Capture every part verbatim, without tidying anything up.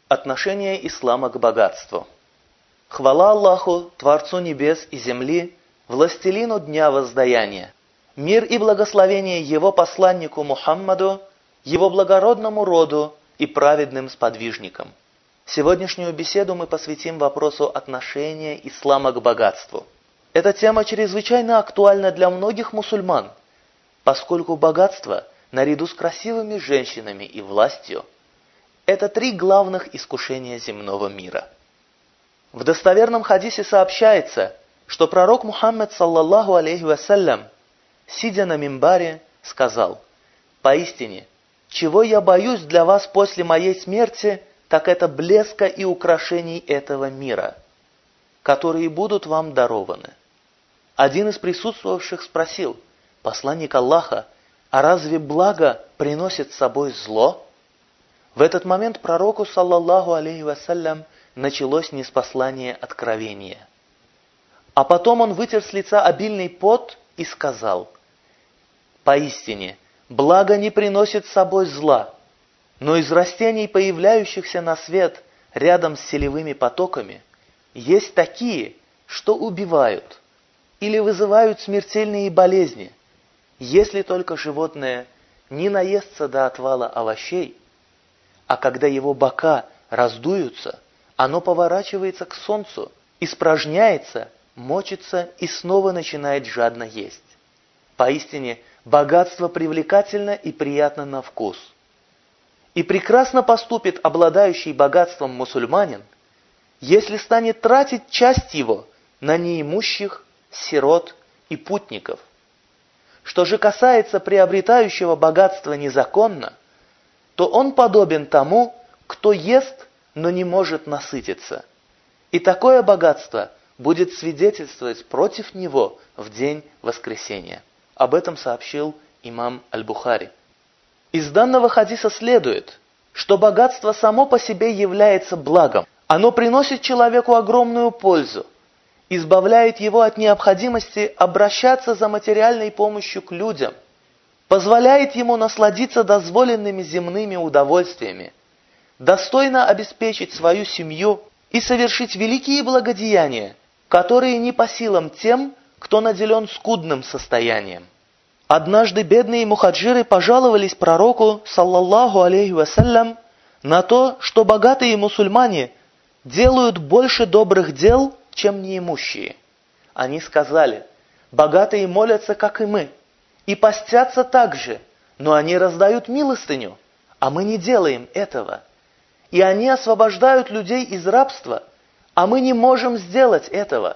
Отношение ислама к богатству. Хвала Аллаху, Творцу небес и земли, властелину дня воздаяния. Мир и благословение Его посланнику Мухаммаду, Его благородному роду и праведным сподвижникам. Сегодняшнюю беседу мы посвятим вопросу отношения ислама к богатству. Эта тема чрезвычайно актуальна для многих мусульман, поскольку богатство, наряду с красивыми женщинами и властью, это три главных искушения земного мира. В достоверном хадисе сообщается, что пророк Мухаммад, саллаллаху алейхи вассалям, сидя на мимбаре, сказал: «Поистине, чего я боюсь для вас после моей смерти, так это блеска и украшений этого мира, которые будут вам дарованы». Один из присутствовавших спросил: «Посланник Аллаха, а разве благо приносит с собой зло?» В этот момент пророку, саллаллаху алейхи вассалям, началось ниспослание откровения. А потом он вытер с лица обильный пот и сказал: «Поистине, благо не приносит с собой зла, но из растений, появляющихся на свет рядом с селевыми потоками, есть такие, что убивают или вызывают смертельные болезни, если только животное не наестся до отвала овощей, а когда его бока раздуются, оно поворачивается к солнцу, испражняется, мочится и снова начинает жадно есть. Поистине, богатство привлекательно и приятно на вкус. И прекрасно поступит обладающий богатством мусульманин, если станет тратить часть его на неимущих, сирот и путников. Что же касается приобретающего богатство незаконно, то он подобен тому, кто ест, но не может насытиться. И такое богатство будет свидетельствовать против него в день воскресения. Об этом сообщил имам Аль-Бухари. Из данного хадиса следует, что богатство само по себе является благом. Оно приносит человеку огромную пользу, избавляет его от необходимости обращаться за материальной помощью к людям, позволяет ему насладиться дозволенными земными удовольствиями, достойно обеспечить свою семью и совершить великие благодеяния, которые не по силам тем, кто наделен скудным состоянием. Однажды бедные мухаджиры пожаловались пророку, саллаллаху алейхи вассалям, на то, что богатые мусульмане делают больше добрых дел, чем неимущие. Они сказали: «Богатые молятся, как и мы, и постятся так же, но они раздают милостыню, а мы не делаем этого. И они освобождают людей из рабства, а мы не можем сделать этого».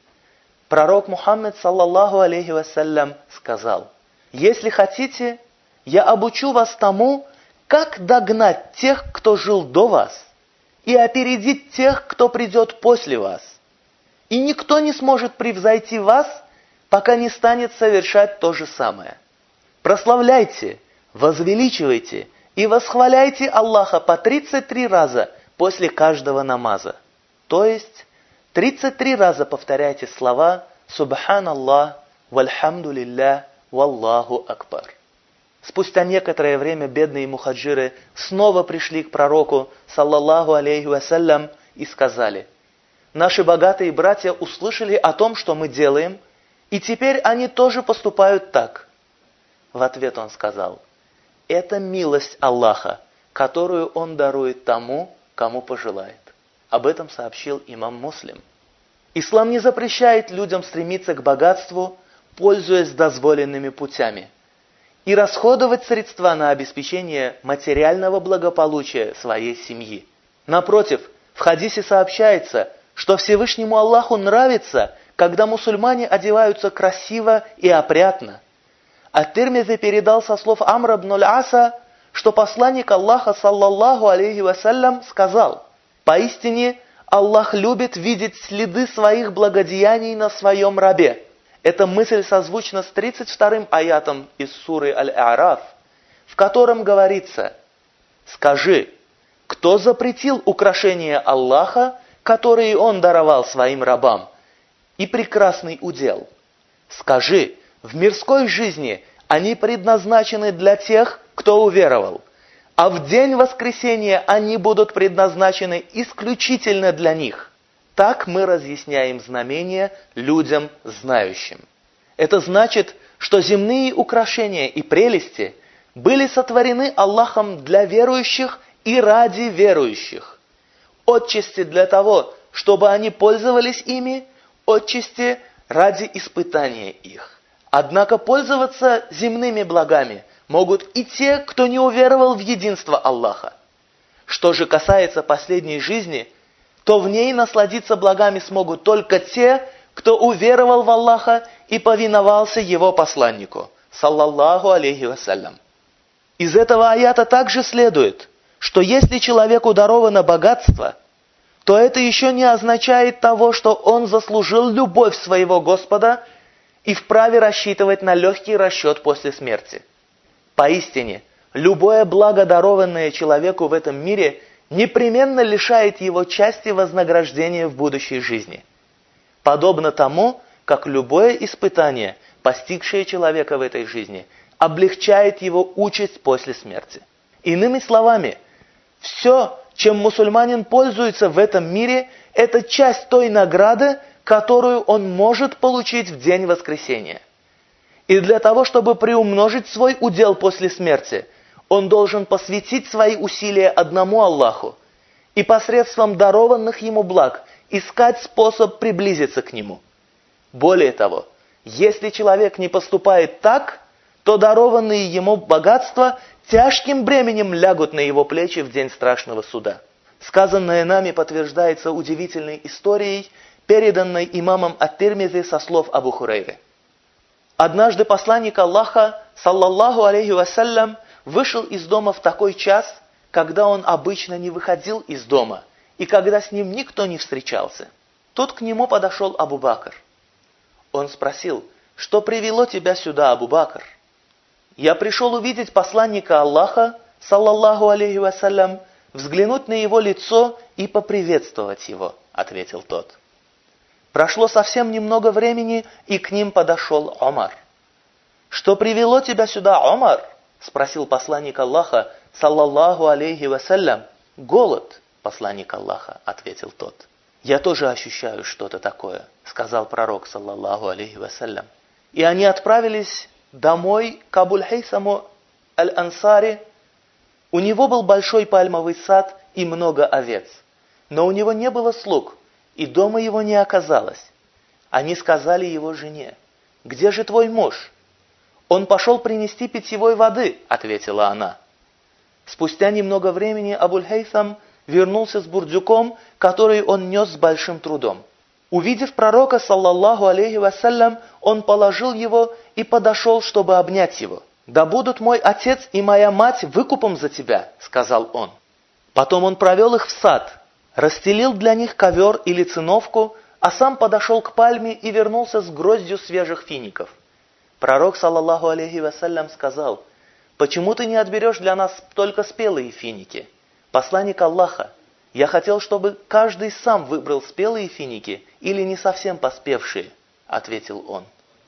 Пророк Мухаммад, саллаллаху алейхи вассалям, сказал: «Если хотите, я обучу вас тому, как догнать тех, кто жил до вас, и опередить тех, кто придет после вас. И никто не сможет превзойти вас, пока не станет совершать то же самое. Прославляйте, возвеличивайте и восхваляйте Аллаха по тридцать три раза после каждого намаза». То есть тридцать три раза повторяйте слова «Субханаллах, вальхамдулиллях, валлаху акбар». Спустя некоторое время бедные мухаджиры снова пришли к пророку, саллаллаху алейхи вассалям, и сказали: «Наши богатые братья услышали о том, что мы делаем, и теперь они тоже поступают так». В ответ он сказал: «Это милость Аллаха, которую Он дарует тому, кому пожелает». Об этом сообщил имам Муслим. Ислам не запрещает людям стремиться к богатству, пользуясь дозволенными путями, и расходовать средства на обеспечение материального благополучия своей семьи. Напротив, в хадисе сообщается, что Всевышнему Аллаху нравится, когда мусульмане одеваются красиво и опрятно. Ат-Тирмизи передал со слов Амра ибн аль-Аса, что посланник Аллаха, саллаллаху алейхи вассалям, сказал: «Поистине Аллах любит видеть следы своих благодеяний на своем рабе». Эта мысль созвучна с тридцать вторым аятом из суры Аль-А'раф, в котором говорится: «Скажи, кто запретил украшения Аллаха, которые Он даровал своим рабам, и прекрасный удел? Скажи, в мирской жизни они предназначены для тех, кто уверовал, а в день воскресения они будут предназначены исключительно для них. Так мы разъясняем знамения людям знающим. Это значит, что земные украшения и прелести были сотворены Аллахом для верующих и ради верующих. Отчасти для того, чтобы они пользовались ими, отчасти ради испытания их. Однако пользоваться земными благами могут и те, кто не уверовал в единство Аллаха. Что же касается последней жизни, то в ней насладиться благами смогут только те, кто уверовал в Аллаха и повиновался Его посланнику, саллаллаху алейхи вассалям. Из этого аята также следует, что если человеку даровано богатство, то это еще не означает того, что он заслужил любовь своего Господа и вправе рассчитывать на легкий расчет после смерти. Поистине, любое благо, дарованное человеку в этом мире, непременно лишает его части вознаграждения в будущей жизни. Подобно тому, как любое испытание, постигшее человека в этой жизни, облегчает его участь после смерти. Иными словами, все, чем мусульманин пользуется в этом мире, это часть той награды, которую он может получить в день воскресения. И для того, чтобы приумножить свой удел после смерти, он должен посвятить свои усилия одному Аллаху и посредством дарованных ему благ искать способ приблизиться к нему. Более того, если человек не поступает так, то дарованные ему богатства тяжким бременем лягут на его плечи в день страшного суда. Сказанное нами подтверждается удивительной историей, переданной имамом ат-Тирмизи со слов Абу Хурайры. Однажды посланник Аллаха, саллаллаху алейхи вассалям, вышел из дома в такой час, когда он обычно не выходил из дома, и когда с ним никто не встречался. Тут к нему подошел Абу Бакр. Он спросил: «Что привело тебя сюда, Абу Бакр?» «Я пришел увидеть посланника Аллаха, саллаллаху алейхи вассалям, взглянуть на его лицо и поприветствовать его», — ответил тот. Прошло совсем немного времени, и к ним подошел Омар. «Что привело тебя сюда, Омар?» — спросил посланник Аллаха, саллаллаху алейхи вассалям. «Голод», — посланник Аллаха, — ответил тот. «Я тоже ощущаю что-то такое», — сказал пророк, саллаллаху алейхи вассалям. И они отправились домой к Абуль-Хейсаму аль-Ансари. У него был большой пальмовый сад и много овец, но у него не было слуг, и дома его не оказалось. Они сказали его жене: «Где же твой муж?» «Он пошел принести питьевой воды», — ответила она. Спустя немного времени Абуль-Хейсам вернулся с бурдюком, который он нес с большим трудом. Увидев пророка, саллаллаху алейхи вассалям, он положил его и подошел, чтобы обнять его. «Да будут мой отец и моя мать выкупом за тебя», — сказал он. Потом он провел их в сад, расстелил для них ковер или циновку, а сам подошел к пальме и вернулся с гроздью свежих фиников. Пророк, саллаллаху алейхи вассалям, сказал: «Почему ты не отберешь для нас только спелые финики?» «Посланник Аллаха, я хотел, чтобы каждый сам выбрал спелые финики или не совсем поспевшие», — ответил он.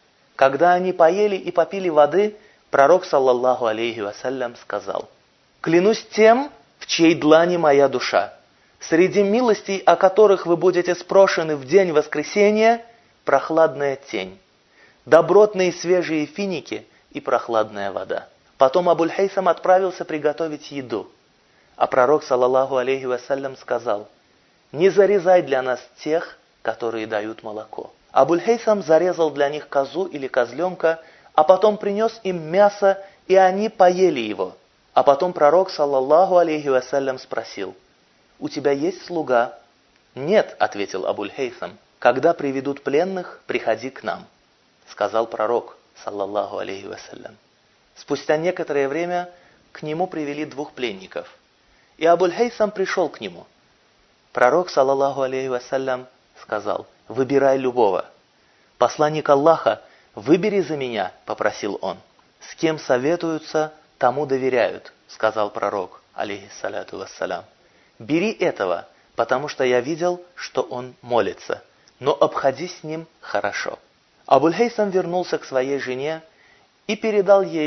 Когда они поели и попили воды, пророк, саллаллаху алейхи вассалям, сказал: «Клянусь тем, в чьей длани моя душа, среди милостей, о которых вы будете спрошены в день воскресения, прохладная тень, добротные свежие финики и прохладная вода». Потом Абуль-Хейсам отправился приготовить еду. А пророк, саллаллаху алейхи вассалям, сказал: «Не зарезай для нас тех, которые дают молоко». Абуль-Хейсам зарезал для них козу или козленка, а потом принес им мясо, и они поели его. А потом пророк, саллаллаху алейхи вассалям, спросил: «У тебя есть слуга?» «Нет», — ответил Абуль-Хейсам. «Когда приведут пленных, приходи к нам», — сказал пророк, саллаллаху алейхи вассалям. Спустя некоторое время к нему привели двух пленников, и Абуль-Хейсам пришел к нему. Пророк, саллаллаху алейхи вассалям, сказал: «Выбирай любого». «Посланник Аллаха, выбери за меня», — попросил он. «С кем советуются, тому доверяют», — сказал пророк, алейхиссаляту вассалям. «Бери этого, потому что я видел, что он молится, но обходись с ним хорошо». Абуль-Хейсам вернулся к своей жене и передал ей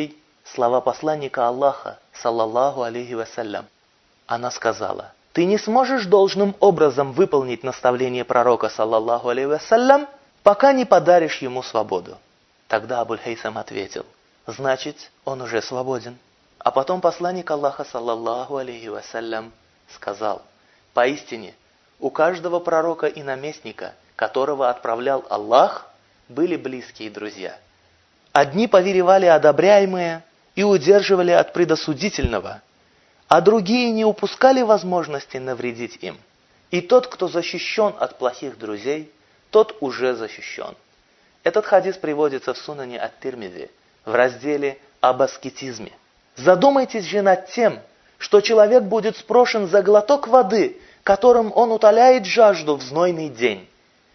слова посланника Аллаха, саллаллаху алейхи вассалям. Она сказала: «Ты не сможешь должным образом выполнить наставление пророка, саллаллаху алейхи вассалям, пока не подаришь ему свободу». Тогда Абуль-Хейсам ответил: «Значит, он уже свободен». А потом посланник Аллаха, саллаллаху алейхи вассалям, сказал: «Поистине, у каждого пророка и наместника, которого отправлял Аллах, были близкие друзья. Одни повелевали одобряемое и удерживали от предосудительного, а другие не упускали возможности навредить им. И тот, кто защищен от плохих друзей, тот уже защищен». Этот хадис приводится в Сунане ат-Тирмизи в разделе об аскетизме. Задумайтесь же над тем, что человек будет спрошен за глоток воды, которым он утоляет жажду в знойный день,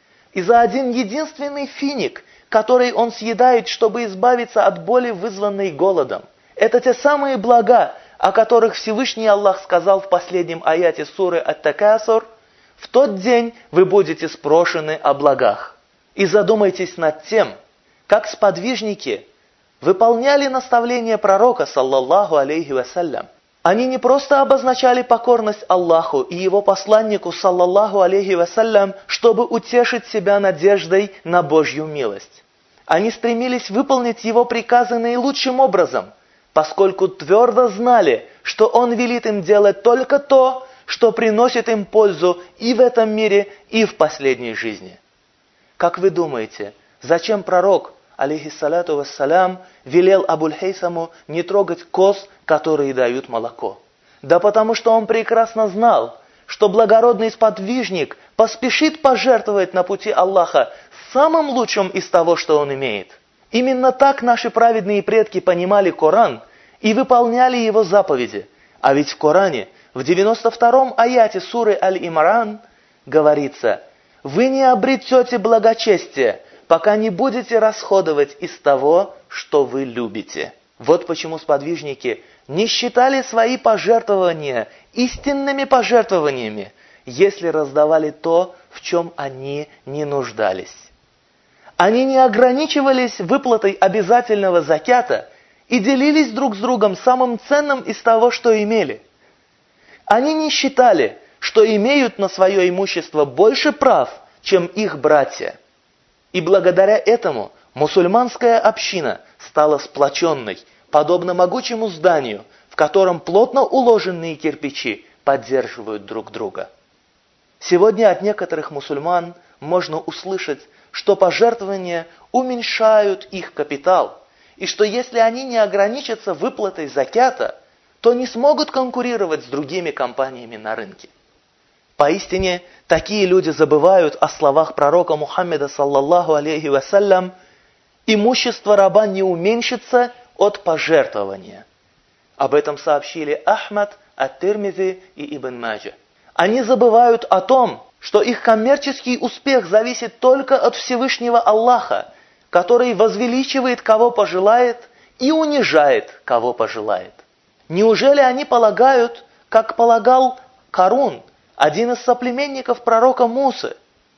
и за один единственный финик, который он съедает, чтобы избавиться от боли, вызванной голодом. Это те самые блага, о которых Всевышний Аллах сказал в последнем аяте суры Ат-Такасур: «В тот день вы будете спрошены о благах». И задумайтесь над тем, как сподвижники выполняли наставления пророка, саллаллаху алейхи вассалям. Они не просто обозначали покорность Аллаху и его посланнику, саллаллаху алейхи вассалям, чтобы утешить себя надеждой на Божью милость. Они стремились выполнить его приказы наилучшим образом, поскольку твердо знали, что он велит им делать только то, что приносит им пользу и в этом мире, и в последней жизни. Как вы думаете, зачем пророк, алейхиссалату вассалям, велел Абуль-Хейсаму не трогать коз, которые дают молоко? Да потому что он прекрасно знал, что благородный сподвижник поспешит пожертвовать на пути Аллаха самым лучшим из того, что он имеет. Именно так наши праведные предки понимали Коран и выполняли его заповеди. А ведь в Коране, в девяносто втором аяте суры Аль-Имран, говорится: «Вы не обретете благочестие, пока не будете расходовать из того, что вы любите». Вот почему сподвижники не считали свои пожертвования истинными пожертвованиями, если раздавали то, в чем они не нуждались. Они не ограничивались выплатой обязательного закята и делились друг с другом самым ценным из того, что имели. Они не считали, что имеют на свое имущество больше прав, чем их братья. И благодаря этому мусульманская община стала сплоченной, подобно могучему зданию, в котором плотно уложенные кирпичи поддерживают друг друга. Сегодня от некоторых мусульман можно услышать, что пожертвования уменьшают их капитал, и что если они не ограничатся выплатой закята, то не смогут конкурировать с другими компаниями на рынке. Поистине, такие люди забывают о словах пророка Мухаммеда, саллаллаху алейхи вассалям: «Имущество раба не уменьшится от пожертвования». Об этом сообщили Ахмад, Ат-Тирмизи и Ибн Маджа. Они забывают о том, что их коммерческий успех зависит только от Всевышнего Аллаха, который возвеличивает кого пожелает и унижает кого пожелает. Неужели они полагают, как полагал Карун, один из соплеменников пророка Мусы,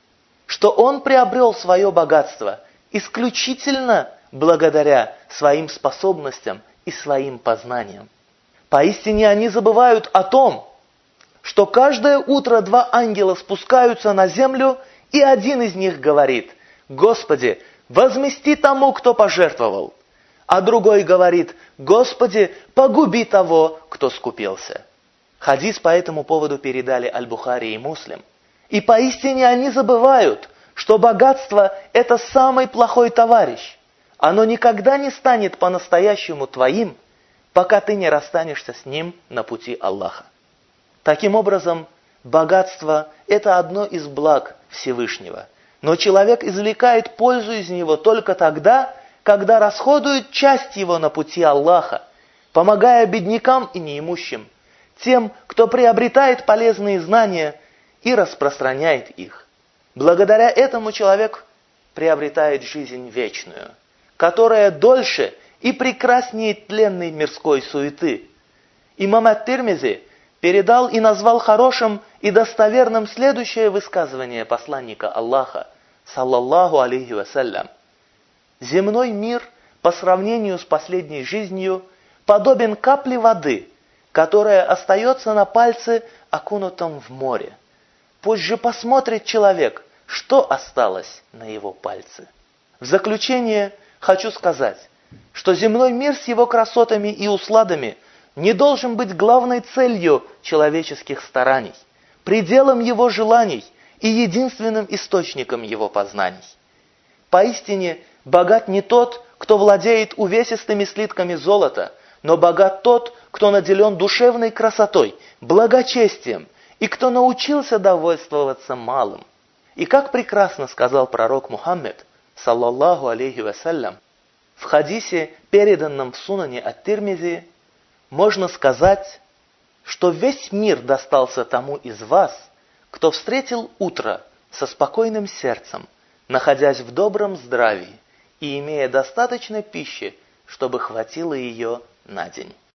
что он приобрел свое богатство исключительно благодаря своим способностям и своим познаниям? Поистине они забывают о том, что каждое утро два ангела спускаются на землю, и один из них говорит: «Господи, возмести тому, кто пожертвовал», а другой говорит: «Господи, погуби того, кто скупился». Хадис по этому поводу передали Аль-Бухари и Муслим. И поистине они забывают, что богатство – это самый плохой товарищ. Оно никогда не станет по-настоящему твоим, пока ты не расстанешься с ним на пути Аллаха. Таким образом, богатство – это одно из благ Всевышнего. Но человек извлекает пользу из него только тогда, когда расходует часть его на пути Аллаха, помогая беднякам и неимущим, тем, кто приобретает полезные знания и распространяет их. Благодаря этому человек приобретает жизнь вечную, которая дольше и прекраснее тленной мирской суеты. Имам Ат-Тирмизи передал и назвал хорошим и достоверным следующее высказывание посланника Аллаха, саллаллаху алейхи вассалям: «Земной мир по сравнению с последней жизнью подобен капле воды, которая остается на пальце, окунутом в море. Пусть же посмотрит человек, что осталось на его пальце. В заключение хочу сказать, что земной мир с его красотами и усладами не должен быть главной целью человеческих стараний, пределом его желаний и единственным источником его познаний. Поистине, богат не тот, кто владеет увесистыми слитками золота, но богат тот, кто наделен душевной красотой, благочестием и кто научился довольствоваться малым. И как прекрасно сказал пророк Мухаммед, саллаллаху алейхи вассалям, в хадисе, переданном в Сунане ат-Тирмизи, можно сказать, что весь мир достался тому из вас, кто встретил утро со спокойным сердцем, находясь в добром здравии и имея достаточно пищи, чтобы хватило ее на день.